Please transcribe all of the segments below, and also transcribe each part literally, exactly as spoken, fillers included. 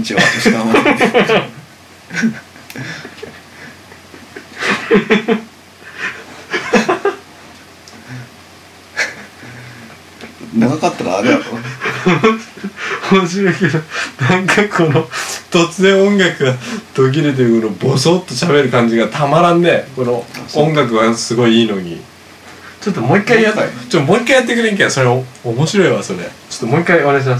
にちは石川正樹です長かったらあれやろ面白いけど、なんかこの突然音楽が途切れてるこのボソッと喋る感じがたまらんね。この音楽はすごいいいのに、ちょっともう一回やっちょっともう一回やってくれんけん。それ面白いわそれ。ちょっともう一回お願いします。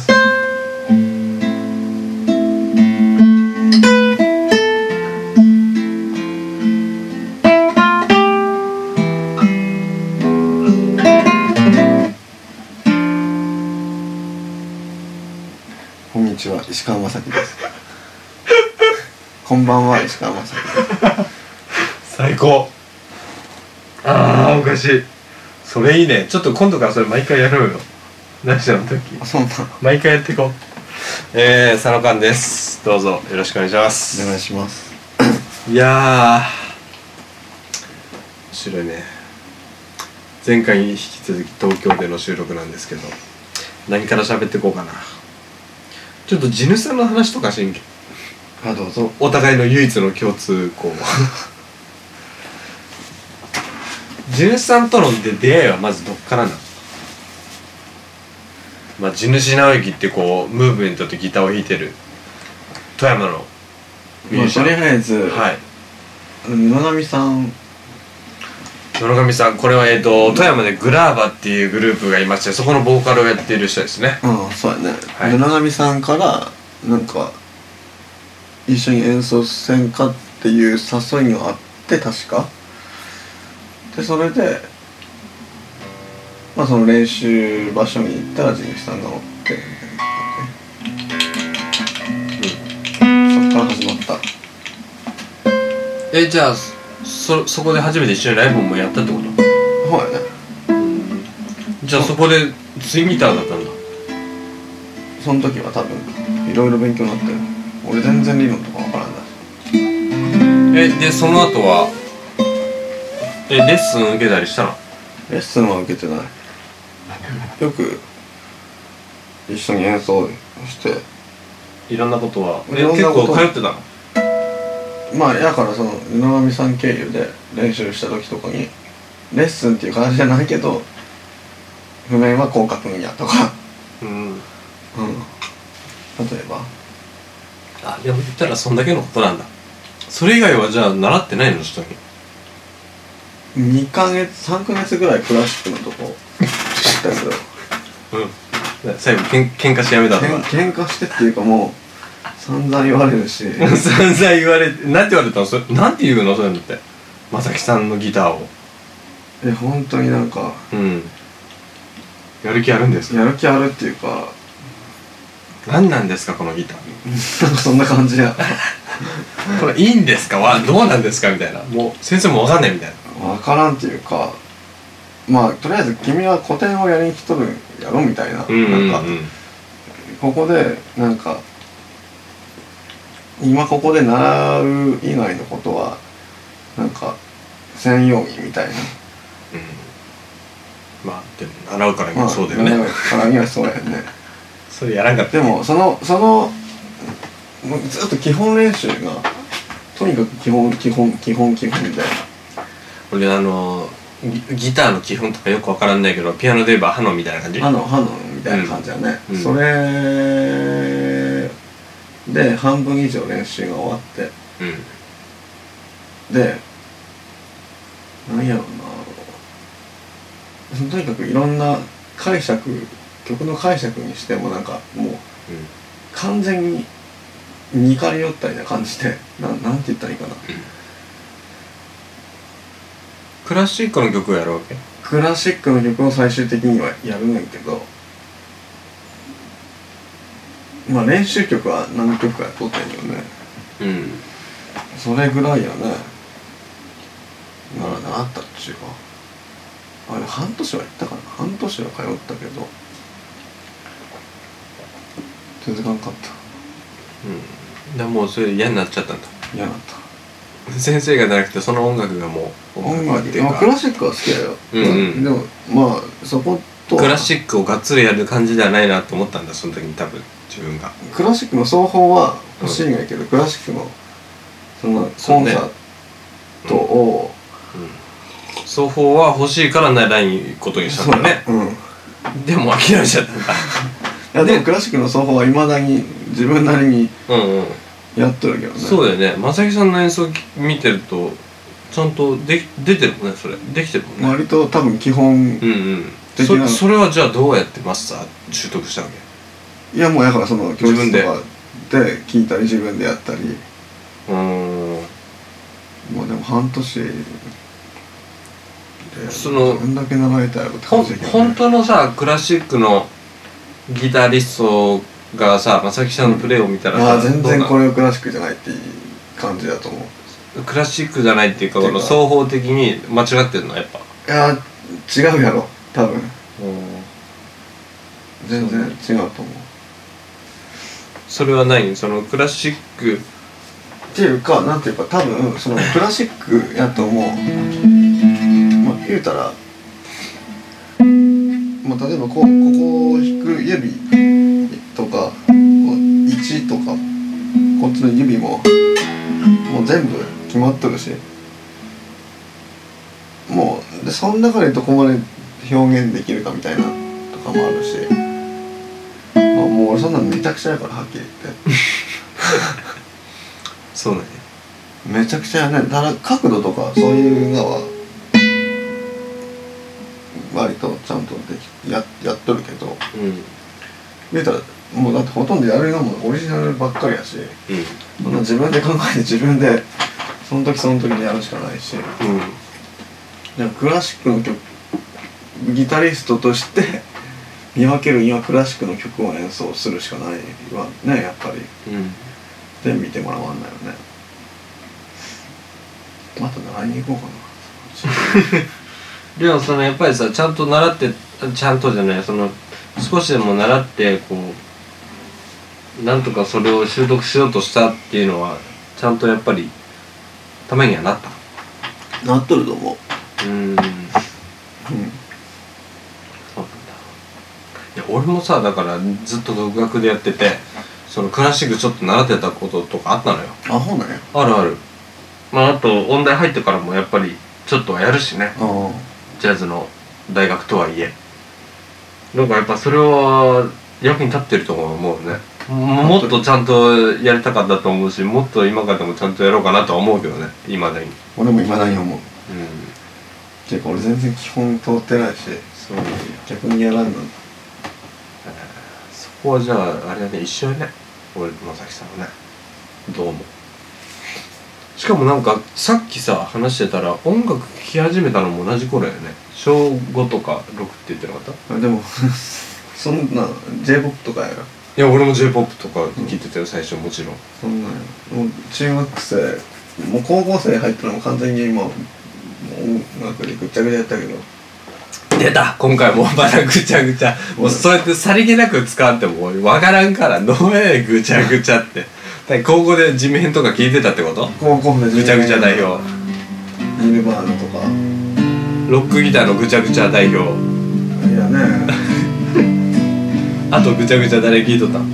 こんにちは石川正樹ですこんばんは石川正樹です最高。あーおかしい。それいいね。ちょっと今度からそれ毎回やろうよ。何しの時あ、そうなの。 毎回やっていこう。えー、佐野勘です。どうぞよろしくお願いします。 お願いします。 いやー面白いね。前回に引き続き東京での収録なんですけど、何から喋っていこうかな。ちょっと地主さんの話とかしんけん。 あ、どうぞ。 お互いの唯一の共通項地主さんとの出会いはまずどっからなの？まあ地主直之ってこうムーブメントとギターを弾いてる富山のミュージシャン、 まあ、とりあえず、はい、野上さん野上さん、これはえーと富山でグラーバっていうグループがいまして、そこのボーカルをやっている人ですね。 うん、そうやね、 はい、 野上さんからなんか一緒に演奏せんかっていう誘いがあって、確かで、それでまあその練習場所に行ったら地主さんがおってみたいな、うん、そっから始まった。 え、じゃあそ, そこで初めて一緒にライブもやったってこと？ そうやね。 じゃあそこでツインギターだったんだ。 その時は多分いろいろ勉強になってる。俺全然理論とかわからんだ。 え、でその後はえレッスン受けたりしたの？ レッスンは受けてない。よく一緒に演奏していろんなことはえいろんなこと結構通ってたの？ まあやからその野上さん経由で練習した時とかにレッスンっていう形じゃないけど、譜面はこう書くんやとかうん、うん、 例えばあ、でも言ったらそんだけのことなんだ。それ以外はじゃあ習ってないの？人ににかげつさんかげつぐらいクラシックのとこあったけどうん、最後けん喧嘩してやめたとかけん喧嘩してっていうかもう散々言われるし散々言われて、なんて言われたの？それなんて言うの？そういうのって正樹さんのギターをえ、本当になんかうんやる気あるんですか？ やる気あるっていうか、 何なんですかこのギターなんかそんな感じやこれいいんですか？わどうなんですかみたいな、もう先生も分かんないみたいな。 分からんっていうか、まあとりあえず君は古典をやりに来とるんやろみたいな、 うんうんうん、 なんかここでなんか今ここで習う以外のことはなんか専用儀みたいな、うん、 まあでも習うからにはそうだよね、 まあ、習うからにはそうやねそれやらんかった。 でもそのそのずっと基本練習がとにかく基本基本基本基本みたいな。 俺あのギ, ギターの基本とかよくわからんないけど、ピアノで言えばハノみたいな感じ。 ハノハノみたいな感じだね、うん、それで半分以上練習が終わって、うん、でなんやろうな、とにかくいろんな解釈、曲の解釈にしてもなんかもう、うん、完全に似かり寄ったような感じで、な, なんて言ったらいいかな、うん、 クラシックの曲をやるわけ？ クラシックの曲を最終的にはやるねんけど、まあ練習曲は何曲かやっとったんよね。うん。それぐらいやね。ならなあったっちゅうか。あれ半年は行ったかな。半年は通ったけど続かんかった。 うん。でもうそれ嫌になっちゃったんだ。 嫌になった。 先生がじゃなくてその音楽がもう音楽っていうか、まあ、クラシックは好きだよ。うん、うん、でもまあそことクラシックをがっつりやる感じではないなと思ったんだ、その時に多分自分が。 クラシックの奏法は欲しいんやけど、うん、クラシックのそのコンサートを、 うんうん、奏法は欲しいからならないことにしたんだね。うん、でも諦めちゃったんだ。 いやでもクラシックの奏法はいまだに自分なりにやっとるけどね、 うんうん、そうだよね。正木さんの演奏見てるとちゃんとで出てるもんね。それできてるもんね。 割と多分基本的な、 うんうん、そ, それはじゃあどうやってマスター習得したわけ？ いやもうだからその教室とかで聞いたり自分でやったり。うーん、まあでも半年でその自分だけ習いたいって感じだけどね。本当のさクラシックのギタリストがさ正木さんのプレーを見たらさ、 うん、あ全然これはクラシックじゃないっていう感じだと思う。 クラシックじゃないっていうかこの奏法的に間違ってるのやっぱ。 いや違うやろ多分。全然違うと思う。 それは何？そのクラシックっていうかなんていうか多分そのクラシックやと思う。まあ言うたら、まあ、例えばこうここを弾く指とかこう位置とかこっちの指ももう全部決まっとるし、もうでその中でどこまで表現できるかみたいなとかもあるし、まあ、もう俺そんなのめちゃくちゃやからはっきり言ってそうね、 めちゃくちゃね。ただ角度とかそういうのは割とちゃんとでき や, やっとるけど、うん、言うたらもうだってほとんどやるのもオリジナルばっかりやし、うん、そんな自分で考えて自分でその時その時でやるしかないし、うん、でもクラシックの曲ギタリストとして見分けるにはクラシックの曲を演奏するしかないわねやっぱり、うん、で見てもらわんないよね。また習いに行こうかなでもそのやっぱりさちゃんと習ってちゃんとじゃないその少しでも習ってこうなんとかそれを習得しようとしたっていうのはちゃんとやっぱりためにはなった。 なっとると思う。うーん、うん、そうなんだ。 いや俺もさだからずっと独学でやっててそのクラシックちょっと習ってたこととかあったのよ。 あ、そうなんや。 あるある。まああと音大入ってからもやっぱりちょっとはやるしね。あジャズの大学とはいえ。なんかやっぱそれは役に立ってると思うね。もっとちゃんとやりたかったと思うし、もっと今からでもちゃんとやろうかなとは思うけどね、いまだに。 俺もいまだに思う。うん。ていうか俺全然基本通ってないし、そう逆にやらんの。えー、 そこはじゃああれだね、一緒やね。俺まさきさんはね。どうも。しかもなんかさっきさ話してたら音楽聴き始めたのも同じ頃やね。小ごとかろくって言ってなかった？ あでもそんな J-ポップ とかやろ。 いや俺も J-ポップ とか聞いてたよ、うん、最初もちろん。 そんなんや。もう中学生もう高校生入ったのも完全に今もう音楽でぐっちゃぐちゃやったけど。 出た今回もまだぐちゃぐちゃ。もうそれってさりげなく使っても分からんからどうやねぐちゃぐちゃって。高校で地面とか聞いてたってこと？ 高校でぐちゃぐちゃ代表。 ニルバーナとかロックギターのぐちゃぐちゃ代表。 いやねあとぐちゃぐちゃ誰聞いとったん？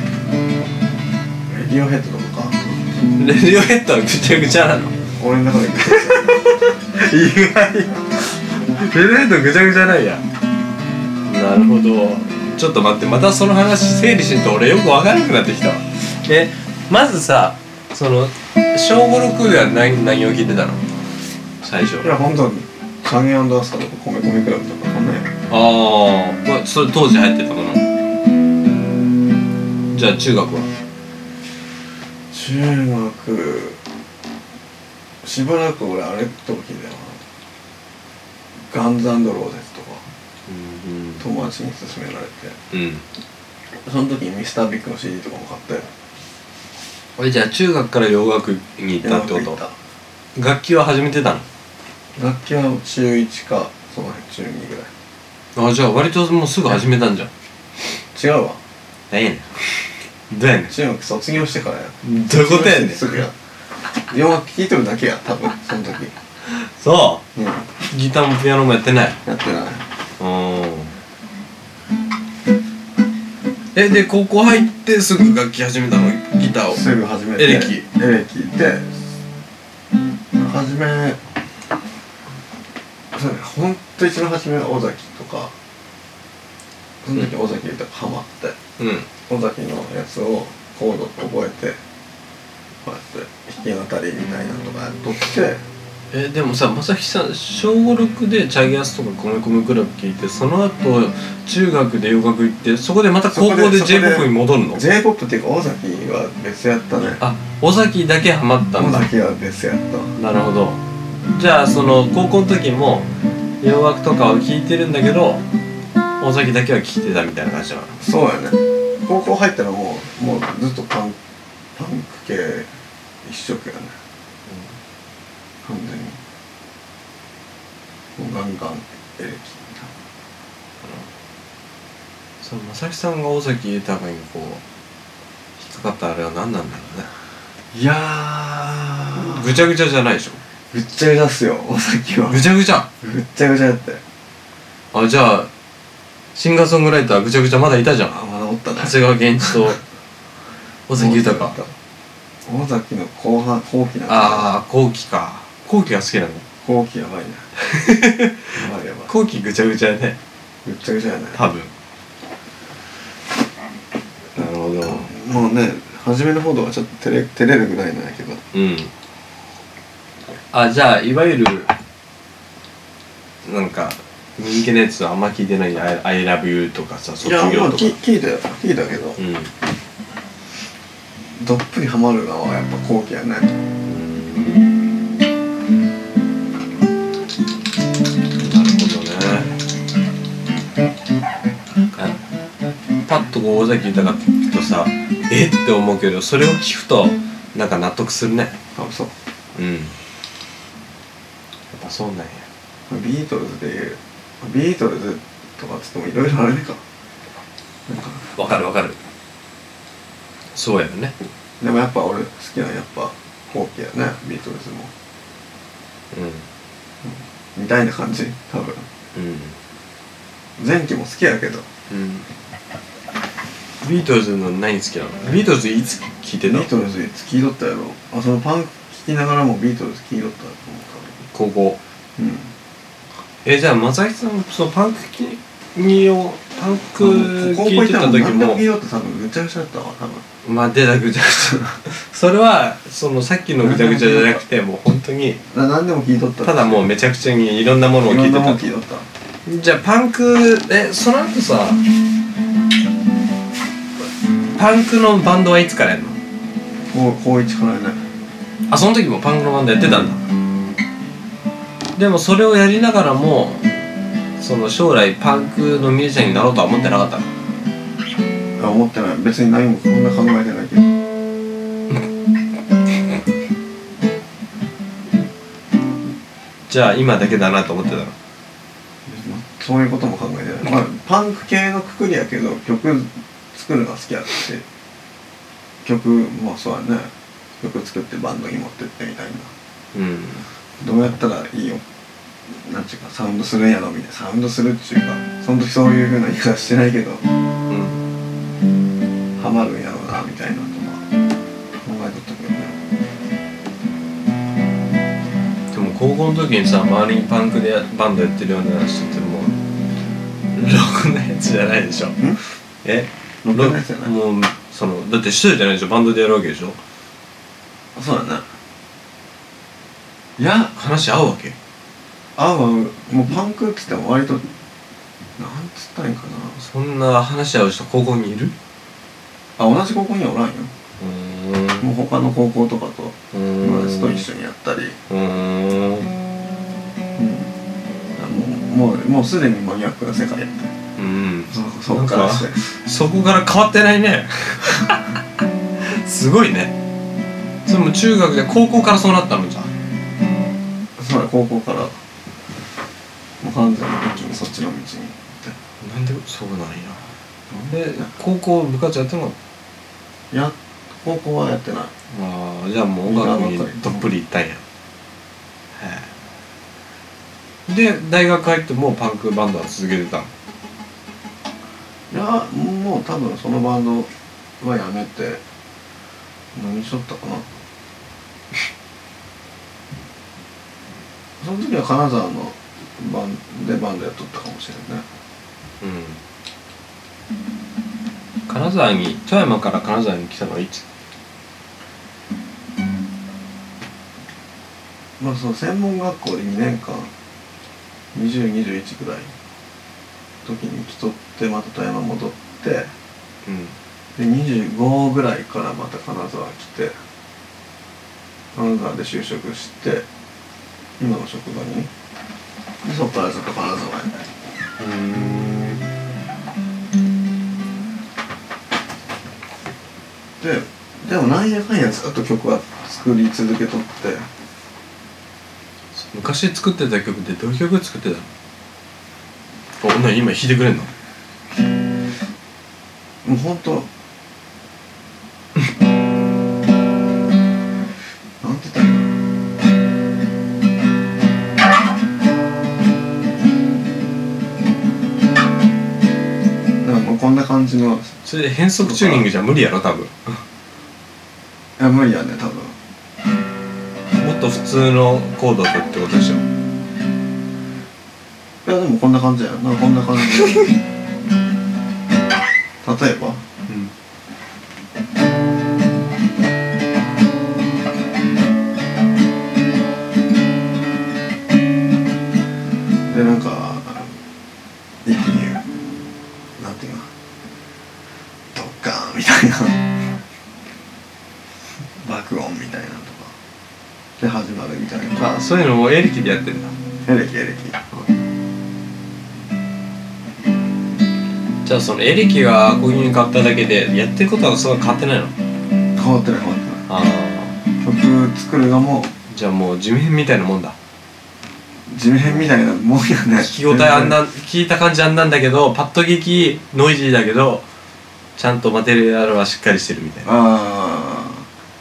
レディオヘッドとか。 レディオヘッドはぐちゃぐちゃなの？ 俺の中でぐちゃぐちゃ意外。レディオヘッドぐちゃぐちゃないや。なるほど。ちょっと待って、またその話整理しんと俺よく分からなくなってきたわ。えまずさ、その小五ろくでは何何を聞いてたの？最初。 いや本当にシャゲ&アスカとかコメコメクラブとかこんなんや。 ああ、まあ、それ当時流行ってたかな。じゃあ中学は？ 中学しばらく俺あれとか聞いたよな。ガンズ&ローゼスとか、うんうん、友達に勧められて、うん、その時にミスタービッグの シーディー とかも買ったよ。 俺じゃあ中学から洋楽に行ったってこと？楽器は始めてたの？ 楽器は中いちかその辺中にぐらい。 あ、じゃあ割ともうすぐ始めたんじゃん。 違うわ。 何やねん。どうやねん。 中学卒業してからや。 どういうことやねん。 すぐや。洋楽聴いてるだけや多分その時。 そう、うん、ギターもピアノもやってない？ やってない。 えで高校入ってすぐ楽器始めたの？ギターをすぐ始めてエレキエレキで初めそうねほんと一番初めは尾崎とかその時尾崎とかハマって、うん、尾崎のやつをコード覚えてこうやって弾き語りみたいなのとかやっとってえでもさ正木さん小ごろくでチャギアスとか米米クラブ聴いてその後中学で洋楽行ってそこでまた高校で J-ポップ に戻るの？ J-ポップ っていうか尾崎は別やったね。 あ尾崎だけハマったんだ。 尾崎は別やった。 なるほど。じゃあその高校の時も洋楽とかを聴いてるんだけど尾崎だけは聴いてたみたいな感じなの？ そうやね。高校入ったらもうもうずっとパンパンク系一色やね、うん、完全にもうガンガンエレキみたいな、うん、 その正木さんが尾崎豊にこう引っかかったあれは何なんだろうね。 いやーぐちゃぐちゃじゃないでしょ？ ぐっちゃぐちゃっすよ尾崎は。 ぐちゃぐちゃぐっちゃぐちゃやってあじゃあシンガーソングライターぐちゃぐちゃまだいたじゃん。 あまだおったね。 長谷川源一と尾崎豊。 尾崎の後半後期なんだ。 ああ後期か。後期が好きなの？ 後期やばいねやばいやばい。 後期ぐちゃぐちゃやね。 ぐっちゃぐちゃやね多分。なるほど。 もうね初めの方とはちょっと照れ照れるぐらいなんやけど。 うんあじゃあいわゆるなんか人気のやつはあんま聞いてない I love you とかさ卒業とか。いやまあ聞いたよ聞いたけど、うん、どっぷりハマるのはやっぱ後期やね。うんなるほどね。パッとこう尾崎豊って聞くとさえって思うけどそれを聞くとなんか納得するね。 あそううんやっぱそうなんや。 ビートルズでいうビートルズとかっつってもいろいろあれかわかるわかるそうやよね。 でもやっぱ俺好きなのやっぱ後期やねビートルズもうん、うん、みたいな感じ多分うん前期も好きやけどうんビートルズの何好きなの？ビートルズいつ聴いてたの？ ビートルズいつ聴いとったやろ。あそのパンク聴きながらもビートルズ聴いとったと思う高校うんえじゃあ正木さんそのパンクにをパンク聴いてた時も何でも聴いとって多分ぐちゃぐちゃだったわ多分。まあ出たぐちゃぐちゃそれはそのさっきのぐちゃぐちゃじゃなくてもう本当に何でも聴いとった。ただもうめちゃくちゃにいろんなものを聴いてた。 いろんなもの聴いとった。 じゃあパンクえその後さパンクのバンドはいつからやんの？ 高一からやね。 あその時もパンクのバンドやってたんだ。でもそれをやりながらもその将来パンクのミュージシャンになろうとは思ってなかったの？ いや思ってない。別に何もそんな考えてないけどじゃあ今だけだなと思ってたの？ そういうことも考えてない、まあ、パンク系のくくりやけど曲作るのが好きやって曲もそうやね曲作ってバンドに持ってってみたいな、うん、どうやったらいいよなんていうかサウンドするんやろみたいなサウンドするっていうかその時そういう風な言い方してないけど、うん、ハマるんやろうなみたいなとか考えとったけどね。 でも高校の時にさ周りにパンクでバンドやってるような人ってもうろくなやつじゃないでしょ。えろくなやつじゃないもうそのだって一人じゃないでしょバンドでやるわけでしょ。 そうだね。 いや話合うわけ合う合うもうパンクって言っても割となんつったらいいかなそんな話合う人高校にいる？ あ同じ高校にはおらんよ。うーんもう他の高校とかと友達と一緒にやったりうーん、うん、もうもうもうすでにマニアックな世界やってうん、そ, そこからしてそこから変わってないねすごいね。それも中学で高校からそうなったのじゃん。 そうだ高校からもう完全に一気にそっちの道に行ってなんでそうなんや。で高校部活やってんの？ いや高校はやってない。 ああじゃあもう音楽にどっぷり行ったんや。へえで大学入ってもうパンクバンドは続けてたの？ いやももう多分そのバンドはやめて何しとったかなその時は金沢のバンでバンドやっとったかもしれんね。 うん。金沢に富山から金沢に来たのはいつ？ まあその専門学校でにねんかんにじゅう、にじゅういちぐらい時に来とってまた富山戻って、うん、でにじゅうごぐらいからまた金沢来て金沢で就職して今の職場にでそっからずっと金沢やね。うーんででもなんやかんやずっと曲は作り続けとって。 昔作ってた曲ってどういう曲作ってたの？お、なに今弾いてくれんの？ もうほんとなんて言ったらいいの？なんかもうこんな感じの。 それで変則チューニングじゃ無理やろ多分。いや無理やね多分。 もっと普通のコードを取るってことでしょ。 いやでもこんな感じやな、こんな感じで例えば、うん、でなんか一気になんていうのドッカーンみたいな爆音みたいなとかで始まるみたいな。 あ、そういうのもエレキでやってんだ。 エレキエレキ。 じゃあそのエレキがアコギに変わっただけでやってることはそんな変わってないの？ 変わってない変わってない。ああ。曲作るのもじゃあもう地味編みたいなもんだ。 地味編みたいなもんやね。 聞き応えあんな聞いた感じあんなんだけどパッと聞きノイジーだけどちゃんとマテリアルはしっかりしてるみたいな。ああ。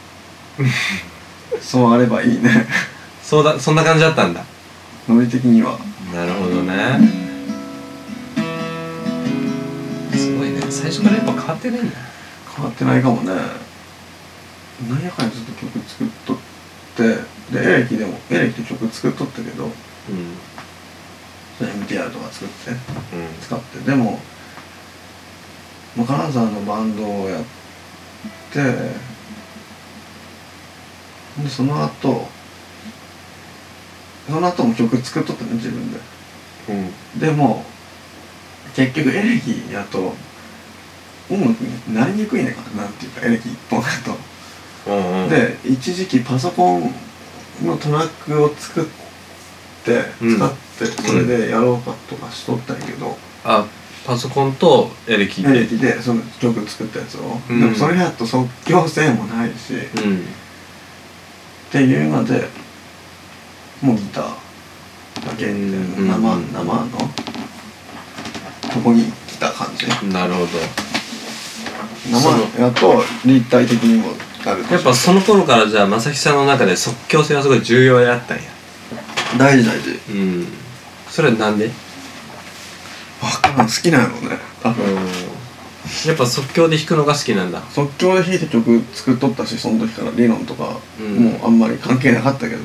そうあればいいね。 そうだ、そんな感じだったんだ。 ノリ的には。 なるほどね。すごいね。最初からやっぱ変わってないんだ。 変わってないかもね。なんやかんやずっと曲作っとってでエレキでもエレキで曲作っとったけど、うん、それ エムティーアール とか作って、うん、使ってでももう金沢のバンドをやってでその後その後も曲作っとったね自分で、うん、でも結局エレキやと音楽になりにくいねんからなんていうかエレキ一本だと、うんうん、で一時期パソコンのトラックを作って使ってそれでやろうかとかしとったんやけど、うん、 あパソコンとエレキでエレキでその曲作ったやつを、うん、でもそれやと即興性もないし、うん、っていうのでもうギターだけで、うん、生生のここに来た感じ。 なるほど。 生やと立体的にもなる。 やっぱその頃からじゃあ正木さんの中で即興性はすごい重要やったんや。 大事大事。 うん。それはなんで？ わからん、好きなのね。多分。 やっぱ即興で弾くのが好きなんだ。 即興で弾いて曲作っとったし、その時から理論とか、うん、もうあんまり関係なかったけど。うん。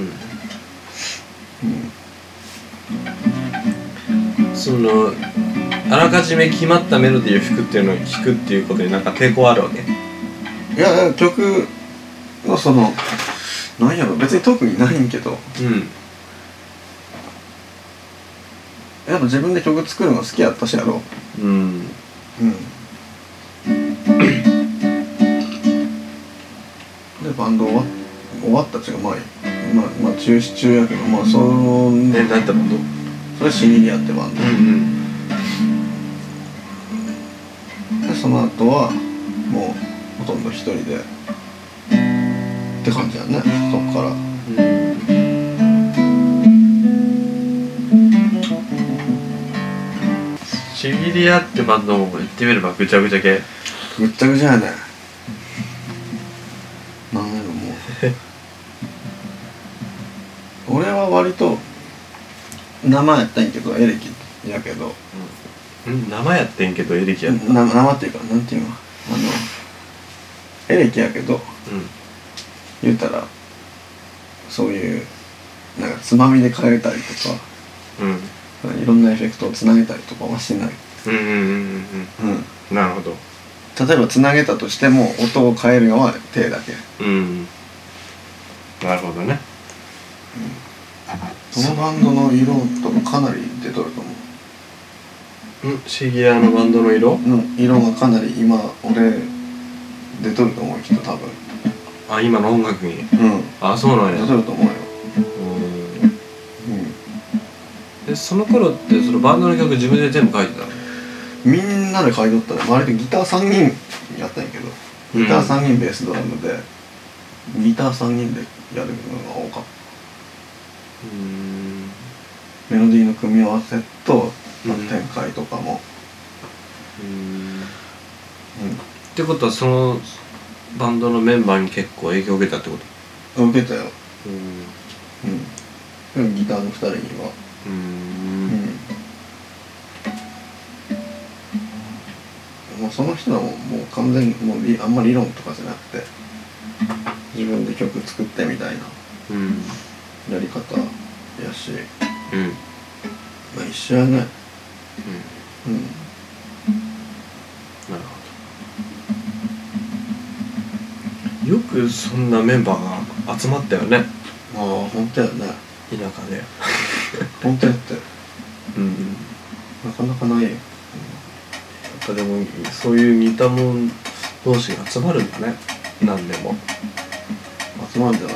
うん。そのあらかじめ決まったメロディーを弾くっていうのを弾くっていうことになんか抵抗あるわけ？ いや曲のそのなんやろ別に特にないんけど、うん、やっぱ自分で曲作るの好きやったしやろ。うんうん。でバンド終わ終わったっちゅうかまあまあまあ中止中やけどまあそのえ何てバンド？ それシニリアってバンド。うんうん。でその後はもうほとんど一人でって感じやね、そっから。 シニリアってバンドも言ってみればぐちゃぐちゃ系。 ぐっちゃぐちゃやね。なんやろもう俺は割と生やったんやけどエレキやけど、 ん生やってんけどエレキやったな生っていうかなんていうのあのエレキやけど、うん、言うたらそういうなんかつまみで変えたりとか、うん、いろんなエフェクトをつなげたりとかはしない。うんうんうんうんうん。なるほど。 例えばつなげたとしても音を変えるのは手だけ。うん。 なるほどね。 うん、そのバンドの色とかかなり出とると思う。うん、シギアのバンドの色？ うん、色がかなり今俺出とると思うきっと多分。 あ、今の音楽に。うん。あ、そうなんや。 出とると思うよ。 でその頃ってそのバンドの曲自分で全部書いてたの？ みんなで書いとったら周りでギターさんにんやったんやけどギターさんにんベースドラムで、うん、ギターさんにんでやるのが多かった。うんメロディーの組み合わせと、まあ、展開とかもうん、うん、 ってことはそのバンドのメンバーに結構影響を受けたってこと？受けたよ。うん、うん、ギターのふたりにはうん、うん、もうその人はもう、もう完全にもうあんまり理論とかじゃなくて自分で曲作ってみたいなやり方やし、うん、まあ一緒やね。うん、うん、なるほど。よくそんなメンバーが集まったよね。 ああ本当やね。 田舎で本当やってうん、なかなかないよ。やっぱでもそういう似たもん同士が集まるんだね。何でも集まるんじゃない？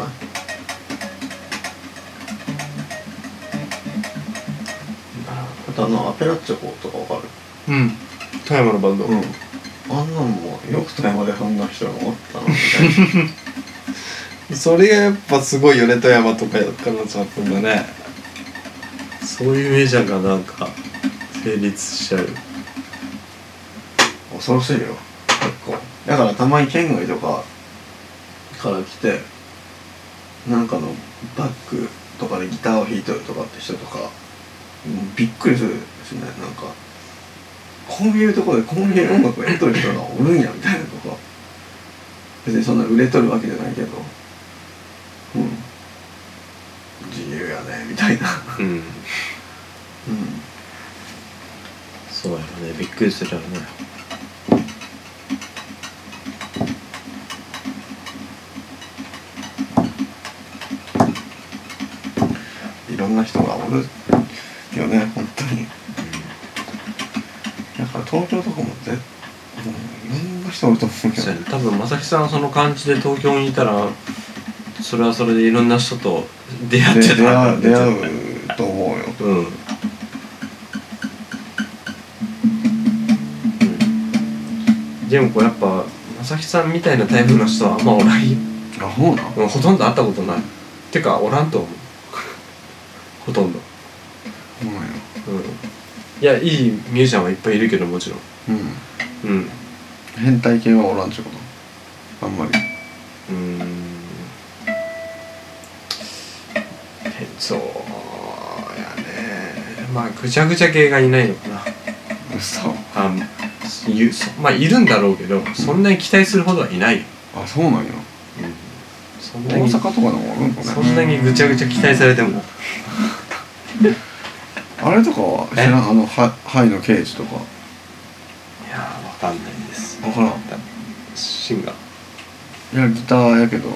あとあのアペラッチョコとかわかる？ うん。富山のバンド。うん。 あんなんもよく富山でそんな人がおったなみたいな。それがやっぱすごいよね。富山とかから集まったんだね。そういうイメージがなんか成立しちゃう。 恐ろしいよ結構。だからたまに県外とかから来てなんかのバックとかでギターを弾いとるとかって人とかもうびっくりするしね。なんかこういうところでこういう音楽をやっとる人がおるんやみたいなとか別にそんな売れとるわけじゃないけどうん自由やねみたいなうん、うん、 そうやろね。びっくりするよね。 いろんな人がおるよね本当に。だから東京とかもぜもういろんな人おると思うけど、ね、 多分正木さんその感じで東京にいたらそれはそれでいろんな人と出会ってたんだ。出会うと思うよ。うん、うん、 でもこうやっぱ正木さんみたいなタイプの人はあんまおらんよ。 あ、そうなの？ ほとんど会ったことない。てかおらんと思うほとんど。 そうなんよ。 うん。いやいいミュージシャンはいっぱいいるけどもちろん。うん。うん。 変態系はおらんちゅうこと？あんまり。うーん。 そうやね。まあぐちゃぐちゃ系がいないのかな。 嘘。 あいまあいるんだろうけど、そんなに期待するほどはいないよ。 あ、そうなんや。うん。そんなに大阪とかでもおるんかね。 そんなにぐちゃぐちゃ期待されても。 あれとかは知らん？あのハイの刑事とか。 いやーわかんないです。 わからん。 シンガー。いやギターやけど、うん、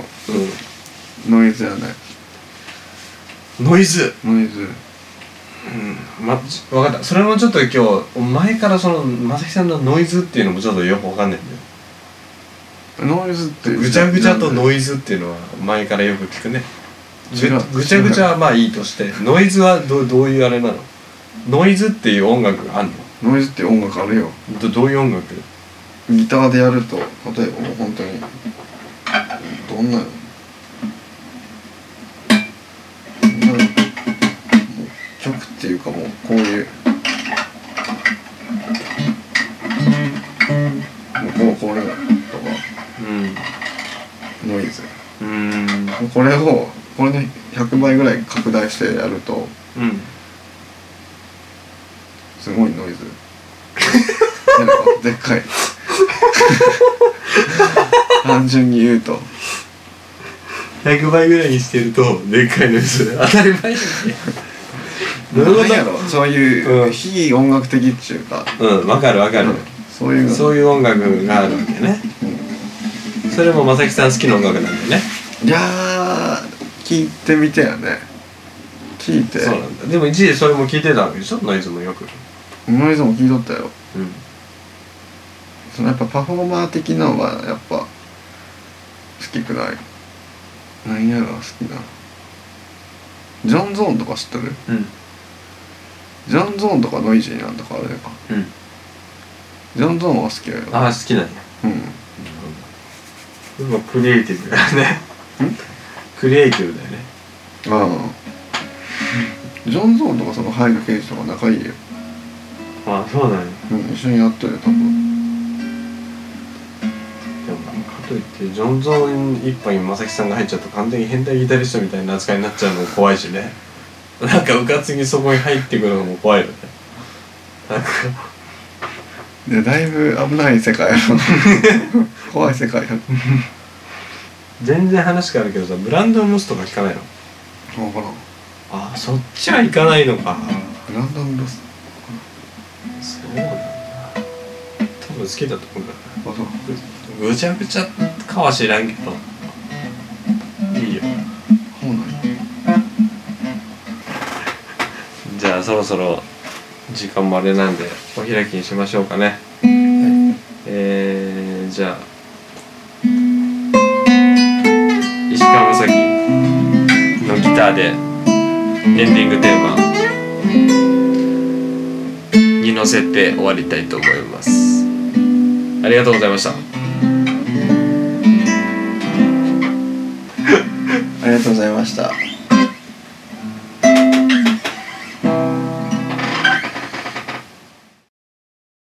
ノイズやね。 ノイズ。 ノイズ。 うん。ま分かった。それもちょっと今日前からその正木さんのノイズっていうのもちょっとよくわかんないんだよ。 ノイズってぐちゃぐちゃとノイズっていうのは前からよく聞くね。ぐちゃぐちゃはまあいいとしてノイズは ど, どういうあれなの？ノイズっていう音楽があるの？ノイズっていう音楽あるよ。 ど, どういう音楽？ ギターでやると例えばもう本当にどんなの曲っていうかもうこういうもうこうこれとか、うん、ノイズうんこれをこれでひゃくばいぐらい拡大してやると、うん、すごいノイズでっかい単純に言うとひゃくばいぐらいにしてるとでっかいのでする当たり前ですね何やろそういう、うん、非音楽的っていうかうんわかるわかる、うん、 そういうそういう音楽があるわけね、うん、それもまさきさん好きな音楽なんだよね。 いやー聞いてみてやね聞いてそうなんだ。でも一時それも聞いてたわけでしょノイズもよくノイズも聞いとったよ、 うん、 そのやっぱパフォーマー的なのはやっぱ好きくない何やろ好きなジョンゾーンとか知ってる？ うんジョンゾーンとかノイジーなんとかあれか、 うん、 ジョンゾーンは好きやよ。 ああ好きなんや。うん。でもクリエイティブだよね。クリエイティブだよね。 ああ。ジョンゾーンとかそのハイの刑事とか仲いいよ。 ああそうなんや。 うん一緒にやってるよ多分。 でもかといってジョンゾーン一本にまさきさんが入っちゃうと完全に変態ギタリストみたいな扱いになっちゃうのも怖いしね。なんかうかつにそこに入ってくるのも怖いよね。なんかでだいぶ危ない世界やろ怖い世界やろ全然話変わるけどさブランドン・ロスとか聞かないの？ 分からん。 あそっちは行かないのか。 ブランドン・ロスそうなんだ。多分好きだと思うんだよ。 あそうぐちゃぐちゃかは知らんけどいいよ。 そうなんや。 じゃあそろそろ時間もあれなんでお開きにしましょうかね、はい、えー、じゃあ石川正樹のギターでエンディングテーマに乗せて終わりたいと思います。ありがとうございましたありがとうございました。